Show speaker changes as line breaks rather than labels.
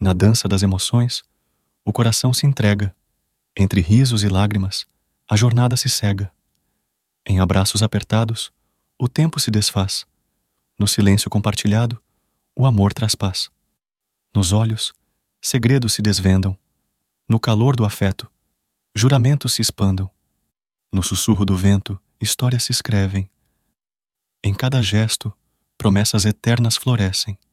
Na dança das emoções, o coração se entrega. Entre risos e lágrimas, a jornada se cega. Em abraços apertados, o tempo se desfaz. No silêncio compartilhado, o amor traz paz. Nos olhos, segredos se desvendam. No calor do afeto, juramentos se expandam. No sussurro do vento, histórias se escrevem. Em cada gesto, promessas eternas florescem.